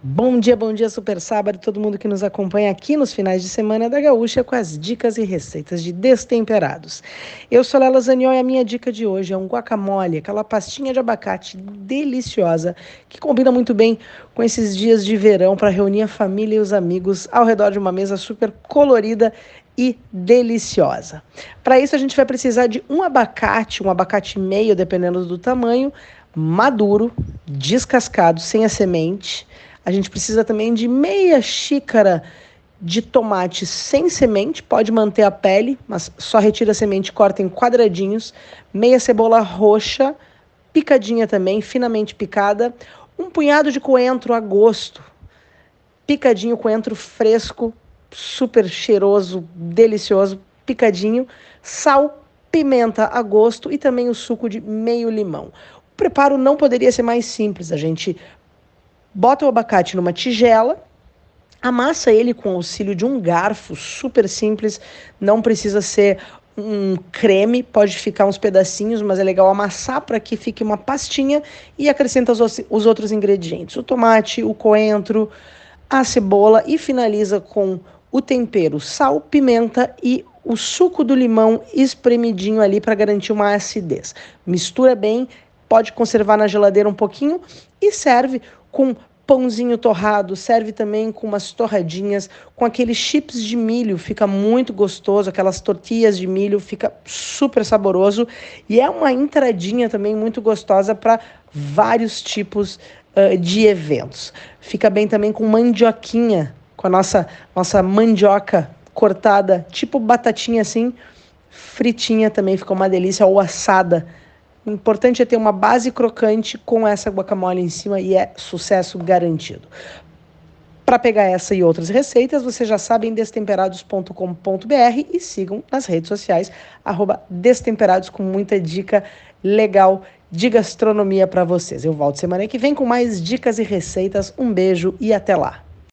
Bom dia, super sábado, todo mundo que nos acompanha aqui nos finais de semana da Gaúcha com as dicas e receitas de destemperados. Eu sou Lela Zaniol e a minha dica de hoje é um guacamole, aquela pastinha de abacate deliciosa que combina muito bem com esses dias de verão para reunir a família e os amigos ao redor de uma mesa super colorida e deliciosa. Para isso a gente vai precisar de um abacate meio, dependendo do tamanho, maduro, descascado, sem a semente. A gente precisa também de meia xícara de tomate sem semente, pode manter a pele, mas só retira a semente e corta em quadradinhos. Meia cebola roxa, picadinha também, finamente picada. Um punhado de coentro a gosto, picadinho, coentro fresco, super cheiroso, delicioso, picadinho. Sal, pimenta a gosto e também o suco de meio limão. O preparo não poderia ser mais simples. A gente bota o abacate numa tigela, amassa ele com o auxílio de um garfo, super simples, não precisa ser um creme, pode ficar uns pedacinhos, mas é legal amassar para que fique uma pastinha e acrescenta os outros ingredientes, o tomate, o coentro, a cebola e finaliza com o tempero, sal, pimenta e o suco do limão espremidinho ali para garantir uma acidez. Mistura bem, pode conservar na geladeira um pouquinho e serve com pãozinho torrado, serve também com umas torradinhas, com aqueles chips de milho, fica muito gostoso, aquelas tortilhas de milho, fica super saboroso e é uma entradinha também muito gostosa para vários tipos de eventos. Fica bem também com mandioquinha, com a nossa mandioca cortada, tipo batatinha assim, fritinha também, fica uma delícia, ou assada. O importante é ter uma base crocante com essa guacamole em cima e é sucesso garantido. Para pegar essa e outras receitas, vocês já sabem, destemperados.com.br e sigam nas redes sociais, @destemperados, com muita dica legal de gastronomia para vocês. Eu volto semana que vem com mais dicas e receitas. Um beijo e até lá!